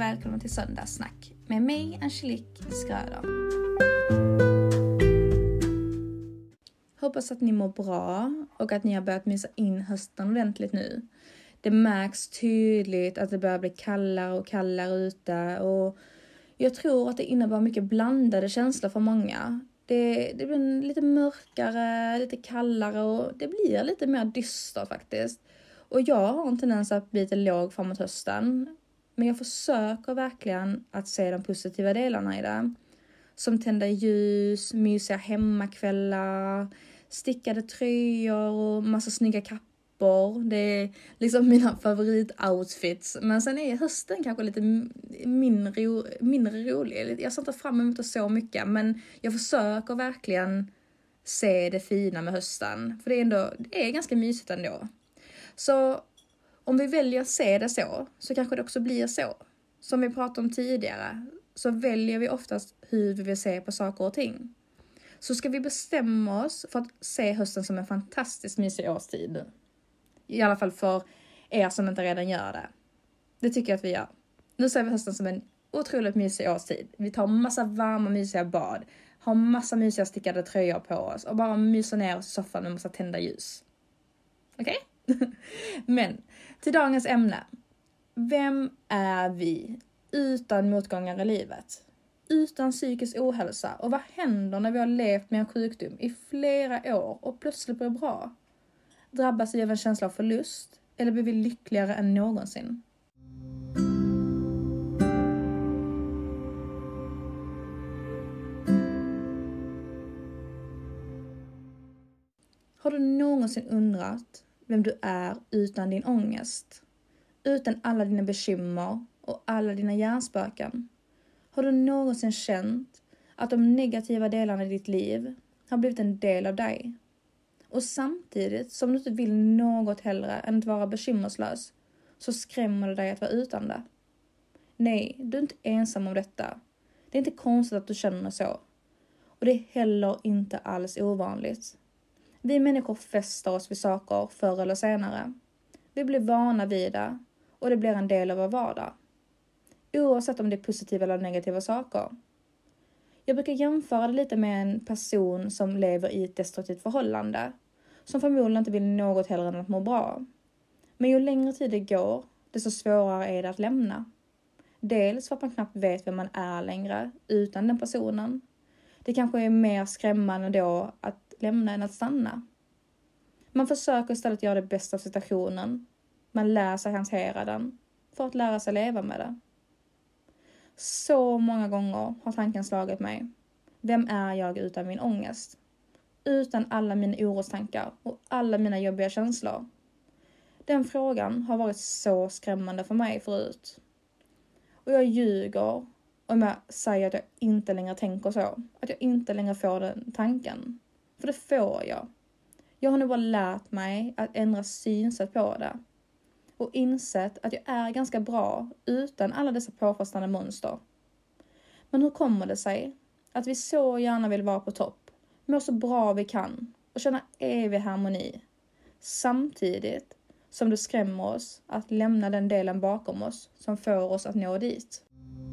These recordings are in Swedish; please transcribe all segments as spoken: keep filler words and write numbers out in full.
välkomna till Söndagssnack med mig, Angelique Skröder. Hoppas att ni mår bra och att ni har börjat mysa in hösten ordentligt nu. Det märks tydligt att det börjar bli kallare och kallare ute och jag tror att det innebär mycket blandade känslor för många. Det, det blir lite mörkare, lite kallare och det blir lite mer dystert faktiskt. Och jag har en tendens att bli lite låg framåt hösten. Men jag försöker verkligen att se de positiva delarna i det. Som tända ljus, mysiga hemmakvällar, stickade tröjor och massa snygga kappor. Det är liksom mina favoritoutfits. Men sen är hösten kanske lite mindre, mindre rolig. Jag ser inte fram emot det så mycket. Men jag försöker verkligen se det fina med hösten. För det är, ändå, det är ganska mysigt ändå. Så om vi väljer att se det så, så kanske det också blir så. Som vi pratade om tidigare, så väljer vi oftast hur vi vill se på saker och ting. Så ska vi bestämma oss för att se hösten som en fantastiskt mysig årstid. I alla fall för er som inte redan gör det. Det tycker jag att vi gör. Nu ser vi hösten som en otroligt mysig årstid. Vi tar massa varma mysiga bad. Har massa mysiga stickade tröjor på oss. Och bara myser ner oss i soffan med massa tända ljus. Okej? Okay? Men till dagens ämne. Vem är vi utan motgångar i livet? Utan psykisk ohälsa? Och vad händer när vi har levt med en sjukdom i flera år och plötsligt blir bra? Drabbas vi av en känsla av förlust? Eller blir vi lyckligare än någonsin? Har du någonsin undrat vem du är utan din ångest? Utan alla dina bekymmer och alla dina hjärnspöken? Har du någonsin känt att de negativa delarna i ditt liv har blivit en del av dig? Och samtidigt som du inte vill något hellre än att vara bekymmerslös, så skrämmer det dig att vara utan det. Nej, du är inte ensam om detta. Det är inte konstigt att du känner så. Och det är heller inte alls ovanligt. Vi människor fäster oss vid saker förr eller senare. Vi blir vana vid det och det blir en del av vår vardag. Oavsett om det är positiva eller negativa saker. Jag brukar jämföra det lite med en person som lever i ett destruktivt förhållande. Som förmodligen inte vill något hellre än att må bra. Men ju längre tid det går, desto svårare är det att lämna. Dels för att man knappt vet vem man är längre utan den personen. Det kanske är mer skrämmande då att lämna än att stanna. Man försöker istället göra det bästa av situationen. Man lär sig hantera den för att lära sig leva med det. Så många gånger har tanken slagit mig. Vem är jag utan min ångest? Utan alla mina orostankar och alla mina jobbiga känslor. Den frågan har varit så skrämmande för mig förut. Och jag ljuger om jag säger att jag inte längre tänker så. Att jag inte längre får den tanken. För det får jag. Jag har nu bara lärt mig att ändra synsätt på det. Och insett att jag är ganska bra utan alla dessa påfrestande mönster. Men hur kommer det sig att vi så gärna vill vara på topp, må så bra vi kan och känna evig harmoni, samtidigt som det skrämmer oss att lämna den delen bakom oss som får oss att nå dit?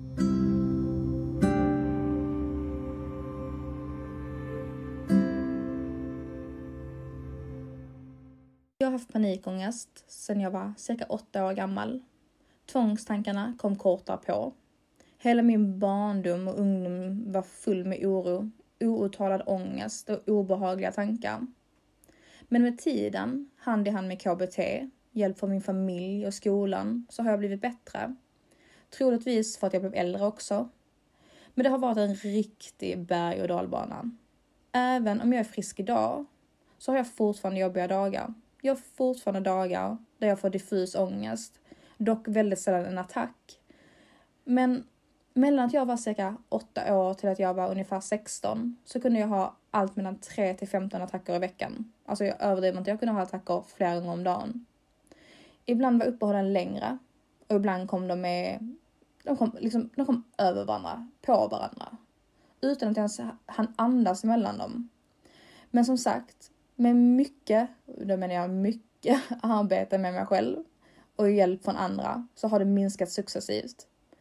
Jag har haft panikångest sedan jag var cirka åtta år gammal. Tvångstankarna kom kortare på. Hela min barndom och ungdom var full med oro, outtalad ångest och obehagliga tankar. Men med tiden, hand i hand med K B T, hjälp från min familj och skolan, så har jag blivit bättre. Troligtvis för att jag blev äldre också. Men det har varit en riktig berg- och dalbana. Även om jag är frisk idag, så har jag fortfarande jobbiga dagar. Jag har fortfarande dagar där jag får diffus ångest. Dock väldigt sällan en attack. Men mellan att jag var cirka åtta år till att jag var ungefär sexton. Så kunde jag ha allt mellan tre till femton attacker i veckan. Alltså jag överdriver inte, jag kunde ha attacker flera gånger om dagen. Ibland var uppehållen längre. Och ibland kom de med... De kom, liksom, de kom över varandra, på varandra. Utan att jag ens hann andas mellan dem. Men som sagt... Med mycket, då menar jag mycket arbete med mig själv och hjälp från andra, så har det minskat successivt.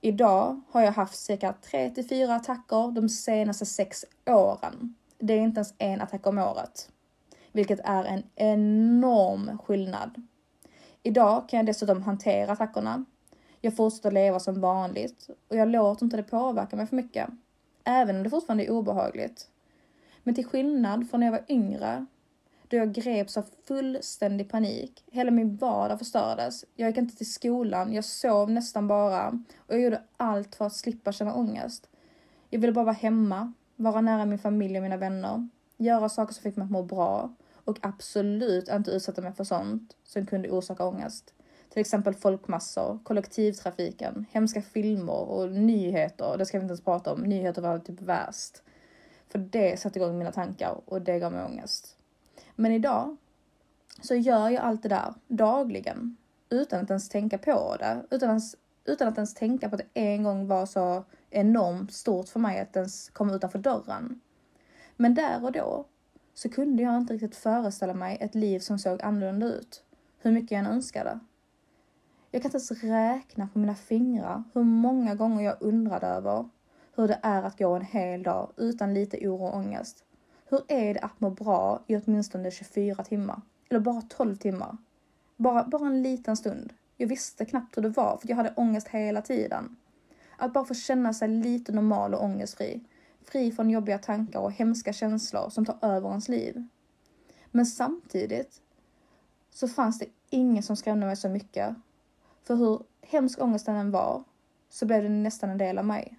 Idag har jag haft cirka tre till fyra attacker de senaste sex åren. Det är inte ens en attack om året. Vilket är en enorm skillnad. Idag kan jag dessutom hantera attackerna. Jag fortsätter leva som vanligt och jag låter inte det påverka mig för mycket. Även om det fortfarande är obehagligt. Men till skillnad från när jag var yngre, då jag greps av fullständig panik. Hela min vardag förstördes. Jag gick inte till skolan, jag sov nästan bara. Och jag gjorde allt för att slippa känna ångest. Jag ville bara vara hemma, vara nära min familj och mina vänner. Göra saker som fick mig att må bra. Och absolut inte utsätta mig för sånt som kunde orsaka ångest. Till exempel folkmassor, kollektivtrafiken, hemska filmer och nyheter. Det ska vi inte ens prata om. Nyheter var typ värst. För det satte igång mina tankar och det gav mig ångest. Men idag så gör jag allt det där dagligen. Utan att ens tänka på det. Utan att, utan att ens tänka på att det en gång var så enormt stort för mig att ens komma utanför dörren. Men där och då så kunde jag inte riktigt föreställa mig ett liv som såg annorlunda ut. Hur mycket jag än önskade. Jag kan inte ens räkna på mina fingrar hur många gånger jag undrade över hur det är att gå en hel dag utan lite oro och ångest. Hur är det att må bra i åtminstone tjugofyra timmar? Eller bara tolv timmar? Bara, bara en liten stund. Jag visste knappt hur det var för jag hade ångest hela tiden. Att bara få känna sig lite normal och ångestfri. Fri från jobbiga tankar och hemska känslor som tar över ens liv. Men samtidigt så fanns det ingen som skrämde mig så mycket. För hur hemsk ångesten än var så blev det nästan en del av mig.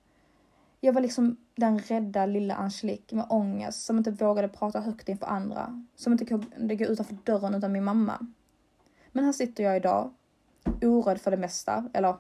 Jag var liksom den rädda lilla Angelique med ångest som inte vågade prata högt inför andra. Som inte kunde gå utanför dörren utan min mamma. Men här sitter jag idag, orädd för det mesta. Eller,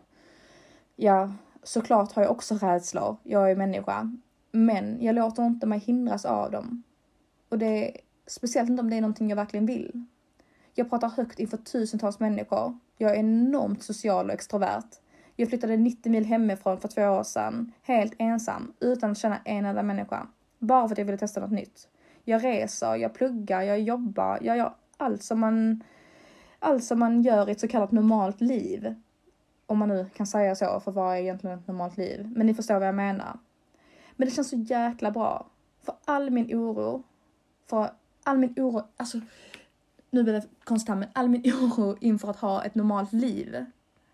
ja, såklart har jag också rädslor. Jag är människa. Men jag låter inte mig hindras av dem. Och det är speciellt inte om det är någonting jag verkligen vill. Jag pratar högt inför tusentals människor. Jag är enormt social och extrovert. Jag flyttade nittio mil hemifrån för två år sedan. Helt ensam. Utan att känna en enda människa. Bara för att jag ville testa något nytt. Jag reser, jag pluggar, jag jobbar. Jag gör allt som man, allt som man gör i ett så kallat normalt liv. Om man nu kan säga så. För vad är egentligen ett normalt liv? Men ni förstår vad jag menar. Men det känns så jäkla bra. För all min oro. För all min oro. Alltså. Nu blir det konstant. Men all min oro inför att ha ett normalt liv.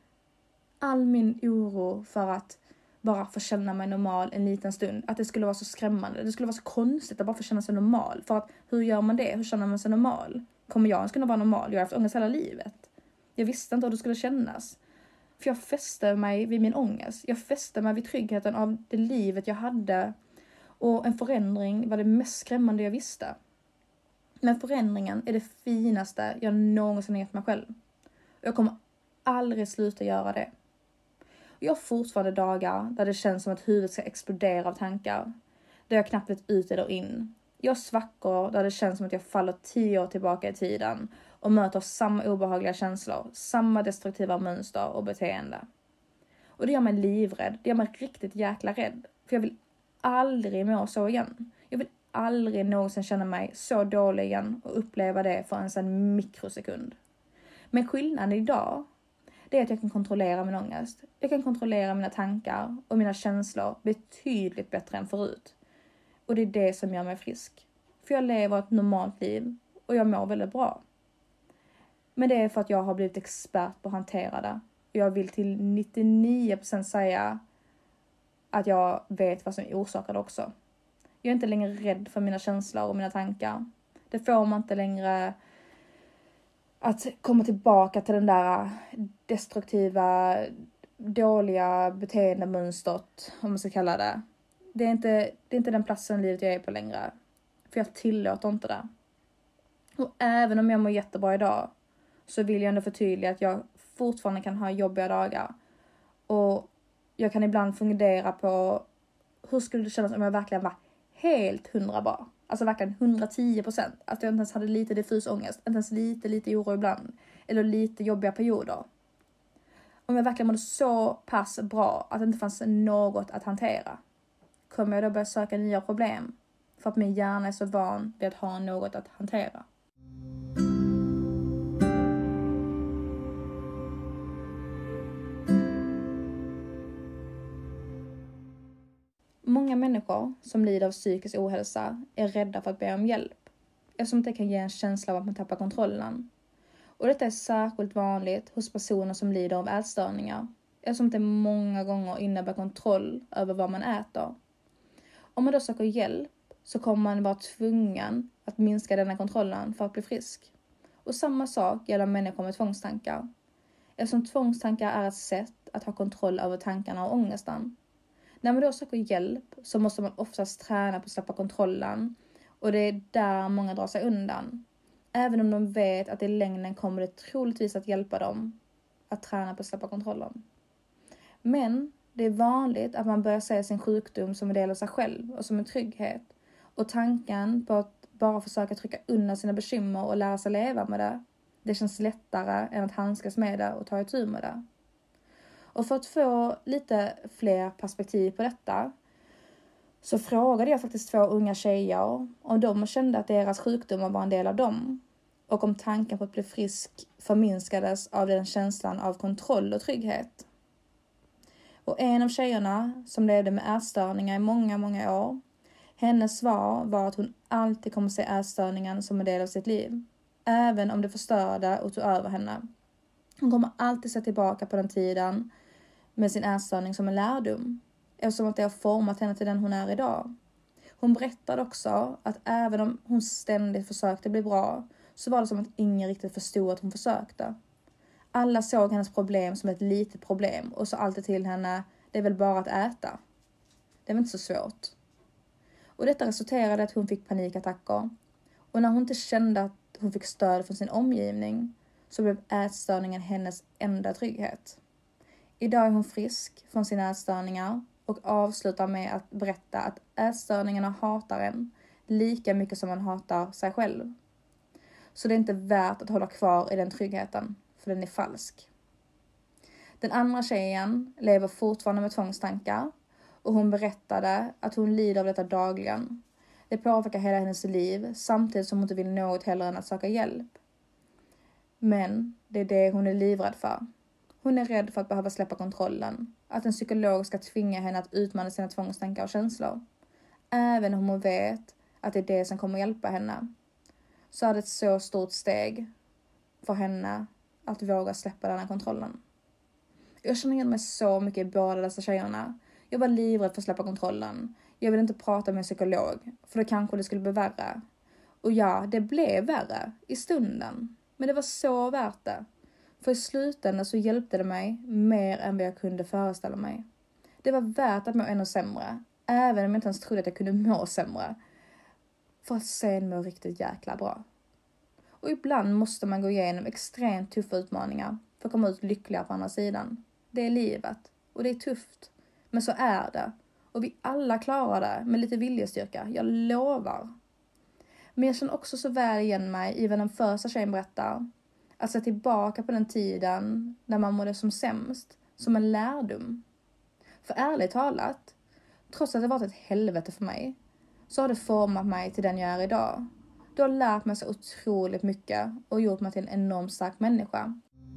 All min oro för att bara få känna mig normal en liten stund. Att det skulle vara så skrämmande. Det skulle vara så konstigt att bara få känna sig normal. För att hur gör man det? Hur känner man sig normal? Kommer jag ens kunna vara normal? Jag har haft ångest hela livet. Jag visste inte hur det skulle kännas. För jag fäste mig vid min ångest. Jag fäste mig vid tryggheten av det livet jag hade. Och en förändring var det mest skrämmande jag visste. Men förändringen är det finaste jag någonsin gett mig själv. Och jag kommer aldrig sluta göra det. Jag har fortfarande dagar där det känns som att huvudet ska explodera av tankar. Där jag knappt vet ut eller in. Jag har svackor där det känns som att jag faller tio år tillbaka i tiden. Och möter samma obehagliga känslor. Samma destruktiva mönster och beteende. Och det gör mig livrädd. Det gör mig riktigt jäkla rädd. För jag vill aldrig må så igen. Jag vill aldrig någonsin känna mig så dålig igen. Och uppleva det för ens en mikrosekund. Men skillnaden idag. Det är att jag kan kontrollera min ångest. Jag kan kontrollera mina tankar och mina känslor betydligt bättre än förut. Och det är det som gör mig frisk. För jag lever ett normalt liv och jag mår väldigt bra. Men det är för att jag har blivit expert på att hantera det. Och jag vill till nittionio procent säga att jag vet vad som orsakar det också. Jag är inte längre rädd för mina känslor och mina tankar. Det får man inte längre att komma tillbaka till den där destruktiva, dåliga beteendemönstret, om man ska kalla det. Det är inte, det är inte den platsen i livet jag är på längre. För jag tillåter inte det. Och även om jag mår jättebra idag så vill jag ändå förtydliga att jag fortfarande kan ha jobbiga dagar. Och jag kan ibland fundera på hur skulle det kännas om jag verkligen var helt hundra bra. Alltså verkligen hundratio procent. Att jag inte ens hade lite diffus ångest. Inte ens lite, lite oro ibland. Eller lite jobbiga perioder. Om jag verkligen mådde så pass bra att det inte fanns något att hantera. Kommer jag då börja söka nya problem? För att min hjärna är så van vid att ha något att hantera. människor som lider av psykisk ohälsa är rädda för att be om hjälp, eftersom det kan ge en känsla av att man tappar kontrollen. Och detta är särskilt vanligt hos personer som lider av ätstörningar, eftersom det många gånger innebär kontroll över vad man äter. Om man då söker hjälp så kommer man vara tvungen att minska denna kontrollen för att bli frisk. Och samma sak gäller människor med tvångstankar. Eftersom tvångstankar är ett sätt att ha kontroll över tankarna och ångesten. När man då söker hjälp så måste man oftast träna på att släppa kontrollen. Och det är där många drar sig undan. Även om de vet att i längden kommer det troligtvis att hjälpa dem att träna på att släppa kontrollen. Men det är vanligt att man börjar se sin sjukdom som en del av sig själv och som en trygghet. Och tanken på att bara försöka trycka undan sina bekymmer och lära sig leva med det, det känns lättare än att handskas med det och ta itu med det. Och för att få lite fler perspektiv på detta så frågade jag faktiskt två unga tjejer om de kände att deras sjukdomar var en del av dem. Och om tanken på att bli frisk förminskades av den känslan av kontroll och trygghet. Och en av tjejerna som levde med ätstörningar i många, många år, hennes svar var att hon alltid kommer se ätstörningen som en del av sitt liv. Även om det förstörde och tog över henne. Hon kommer alltid se tillbaka på den tiden med sin ätstörning som en lärdom. Eftersom att det har format henne till den hon är idag. Hon berättade också att även om hon ständigt försökte bli bra så var det som att ingen riktigt förstod att hon försökte. Alla såg hennes problem som ett litet problem och sa alltid till henne, det är väl bara att äta. Det var inte så svårt. Och detta resulterade i att hon fick panikattacker. Och när hon inte kände att hon fick stöd från sin omgivning så blev ätstörningen hennes enda trygghet. Idag är hon frisk från sina ätstörningar och avslutar med att berätta att ätstörningarna hatar en lika mycket som man hatar sig själv. Så det är inte värt att hålla kvar i den tryggheten, för den är falsk. Den andra tjejen lever fortfarande med tvångstankar och hon berättade att hon lider av detta dagligen. Det påverkar hela hennes liv samtidigt som hon inte vill något hellre än att söka hjälp. Men det är det hon är livrädd för. Hon är rädd för att behöva släppa kontrollen. Att en psykolog ska tvinga henne att utmana sina tvångstankar och känslor. Även om hon vet att det är det som kommer hjälpa henne. Så är det ett så stort steg för henne att våga släppa den här kontrollen. Jag känner igen mig så mycket i båda dessa tjejerna. Jag var livrädd för att släppa kontrollen. Jag ville inte prata med en psykolog. För då kanske det skulle bli värre. Och ja, det blev värre i stunden. Men det var så värt det. För i slutändan så hjälpte det mig mer än vad jag kunde föreställa mig. Det var värt att må ännu sämre. Även om jag inte ens trodde att jag kunde må sämre. För att sen må riktigt jäkla bra. Och ibland måste man gå igenom extremt tuffa utmaningar. För att komma ut lyckligare på andra sidan. Det är livet. Och det är tufft. Men så är det. Och vi alla klarar det med lite viljestyrka. Jag lovar. Men jag känner också så väl igen mig i vad den första tjejen berättar. Att se tillbaka på den tiden när man mådde som sämst. Som en lärdom. För ärligt talat. Trots att det varit ett helvete för mig. Så har det format mig till den jag är idag. Du har lärt mig så otroligt mycket. Och gjort mig till en enormt stark människa.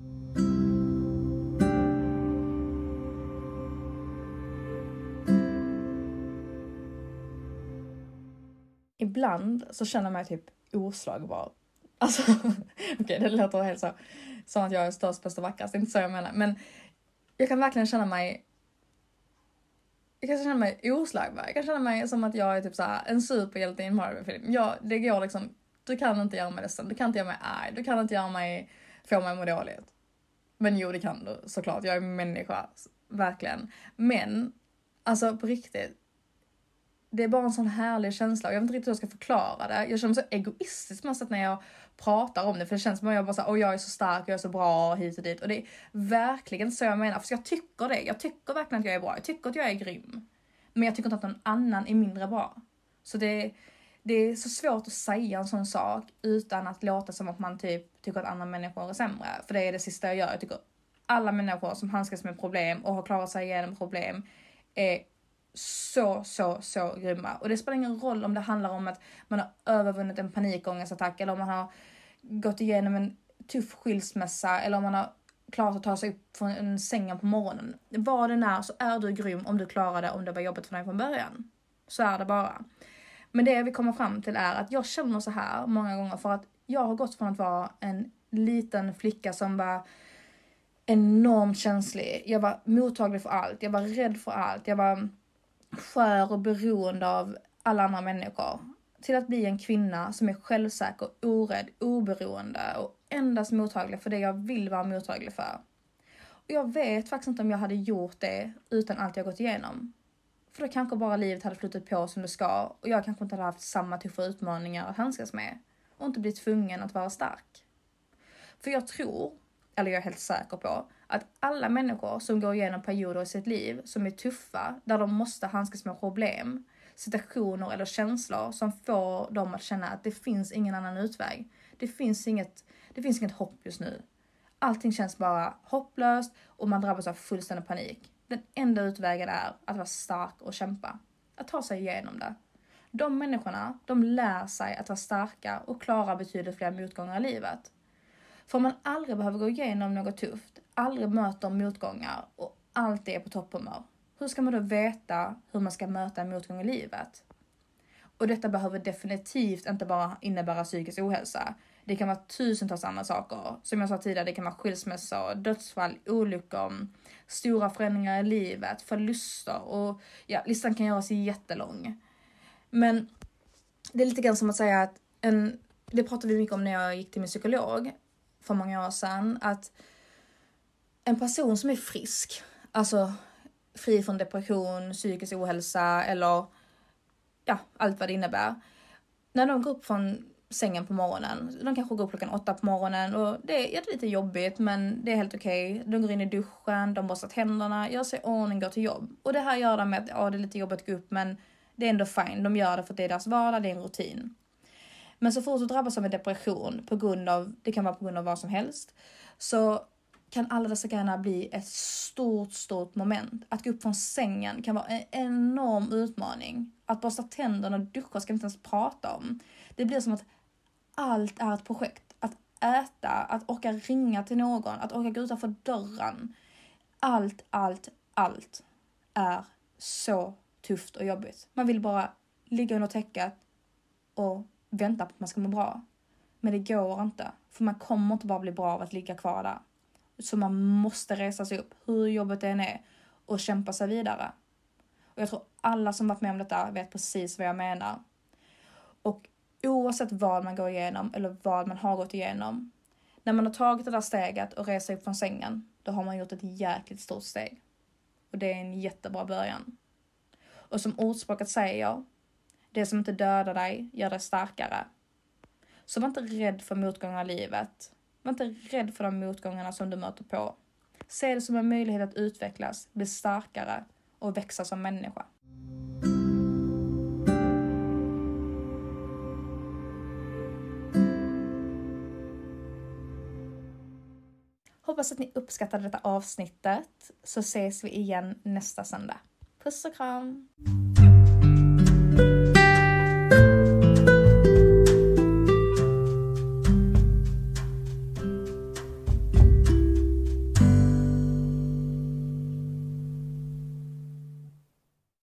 Ibland så känner jag mig typ oslagbar. Alltså, okej, okay, det låter helt så. Som att jag är störst, bäst och vackrast. Det är inte så jag menar. Men jag kan verkligen känna mig... Jag kan känna mig oslagbar. Jag kan känna mig som att jag är typ så här, en superhjälte i en Marvel-film. Ja, det går liksom... Du kan inte göra mig ledsen. Du kan inte göra mig arg. Du kan inte göra mig... Få mig må dåligt. Men jo, det kan du såklart. Jag är människa. Verkligen. Men, alltså på riktigt. Det är bara en sån härlig känsla. Jag vet inte riktigt hur jag ska förklara det. Jag känner mig så egoistisk mest när jag pratar om det. För det känns som att jag bara säger, åh jag är så stark, jag är så bra hit och dit. Och det är verkligen så jag menar. För jag tycker det. Jag tycker verkligen att jag är bra. Jag tycker att jag är grym. Men jag tycker inte att någon annan är mindre bra. Så det, det är så svårt att säga en sån sak utan att låta som att man typ tycker att andra människor är sämre. För det är det sista jag gör. Jag tycker alla människor som handskas med problem och har klarat sig igenom problem är så, så, så grymma. Och det spelar ingen roll om det handlar om att man har övervunnit en panikångestattack eller om man har gått igenom en tuff skilsmässa eller om man har klarat att ta sig upp från en sängen på morgonen. Vad det är så är du grym om du klarar det, om det var jobbet för dig från början. Så är det bara. Men det vi kommer fram till är att jag känner så här många gånger för att jag har gått från att vara en liten flicka som var enormt känslig. Jag var mottaglig för allt. Jag var rädd för allt. Jag var skör och beroende av alla andra människor. Till att bli en kvinna som är självsäker, orädd, oberoende och endast mottaglig för det jag vill vara mottaglig för. Och jag vet faktiskt inte om jag hade gjort det utan allt jag gått igenom. För då kanske bara livet hade flutit på som det ska och jag kanske inte hade haft samma tuffa utmaningar att handskas med. Och inte blivit tvungen att vara stark. För jag tror, eller jag är helt säker på, att alla människor som går igenom perioder i sitt liv som är tuffa, där de måste handskas med problem, situationer eller känslor som får dem att känna att det finns ingen annan utväg. Det finns inget, det finns inget hopp just nu. Allting känns bara hopplöst och man drabbas av fullständig panik. Den enda utvägen är att vara stark och kämpa. Att ta sig igenom det. De människorna, de lär sig att vara starka och klara betydligt fler motgångar i livet. För om man aldrig behöver gå igenom något tufft, aldrig möter motgångar och allt är på topphumör, hur ska man då veta hur man ska möta en motgång i livet? Och detta behöver definitivt inte bara innebära psykisk ohälsa. Det kan vara tusentals andra saker. Som jag sa tidigare, det kan vara skilsmässor, dödsfall, olyckor, stora förändringar i livet, förluster och ja, listan kan göras jättelång. Men det är lite grann som att säga att, en, det pratade vi mycket om när jag gick till min psykolog för många år sedan, att en person som är frisk, alltså fri från depression, psykisk ohälsa eller ja, allt vad det innebär. När de går upp från sängen på morgonen, de kanske går upp klockan åtta på morgonen och det är lite jobbigt men det är helt okej. Okay. De går in i duschen, de borstar tänderna, gör sig ordning, går till jobb. Och det här gör de med att ja, det är lite jobbigt att gå upp men det är ändå fine. De gör det för att det är deras vardag, det är en rutin. Men så fort du drabbas av en depression på grund av, det kan vara på grund av vad som helst, så kan alla dessa grejerna bli ett stort, stort moment. Att gå upp från sängen kan vara en enorm utmaning. Att borsta tänderna och duscha ska vi inte ens prata om. Det blir som att allt är ett projekt. Att äta, att orka ringa till någon, att orka gå utanför dörren. Allt, allt, allt är så tufft och jobbigt. Man vill bara ligga under täcket och vänta på att man ska må bra. Men det går inte. För man kommer inte bara bli bra av att ligga kvar där. Så man måste resa sig upp, hur jobbet det än är, och kämpa sig vidare. Och jag tror alla som varit med om detta vet precis vad jag menar. Och oavsett vad man går igenom eller vad man har gått igenom, när man har tagit det där steget och reser upp från sängen, då har man gjort ett jäkligt stort steg. Och det är en jättebra början. Och som ordspråket säger, det som inte dödar dig gör dig starkare. Så var inte rädd för motgångar i livet. Var inte rädd för de motgångarna som du möter på. Se det som en möjlighet att utvecklas, bli starkare och växa som människa. Hoppas att ni uppskattade detta avsnittet, så ses vi igen nästa söndag. Puss och kram!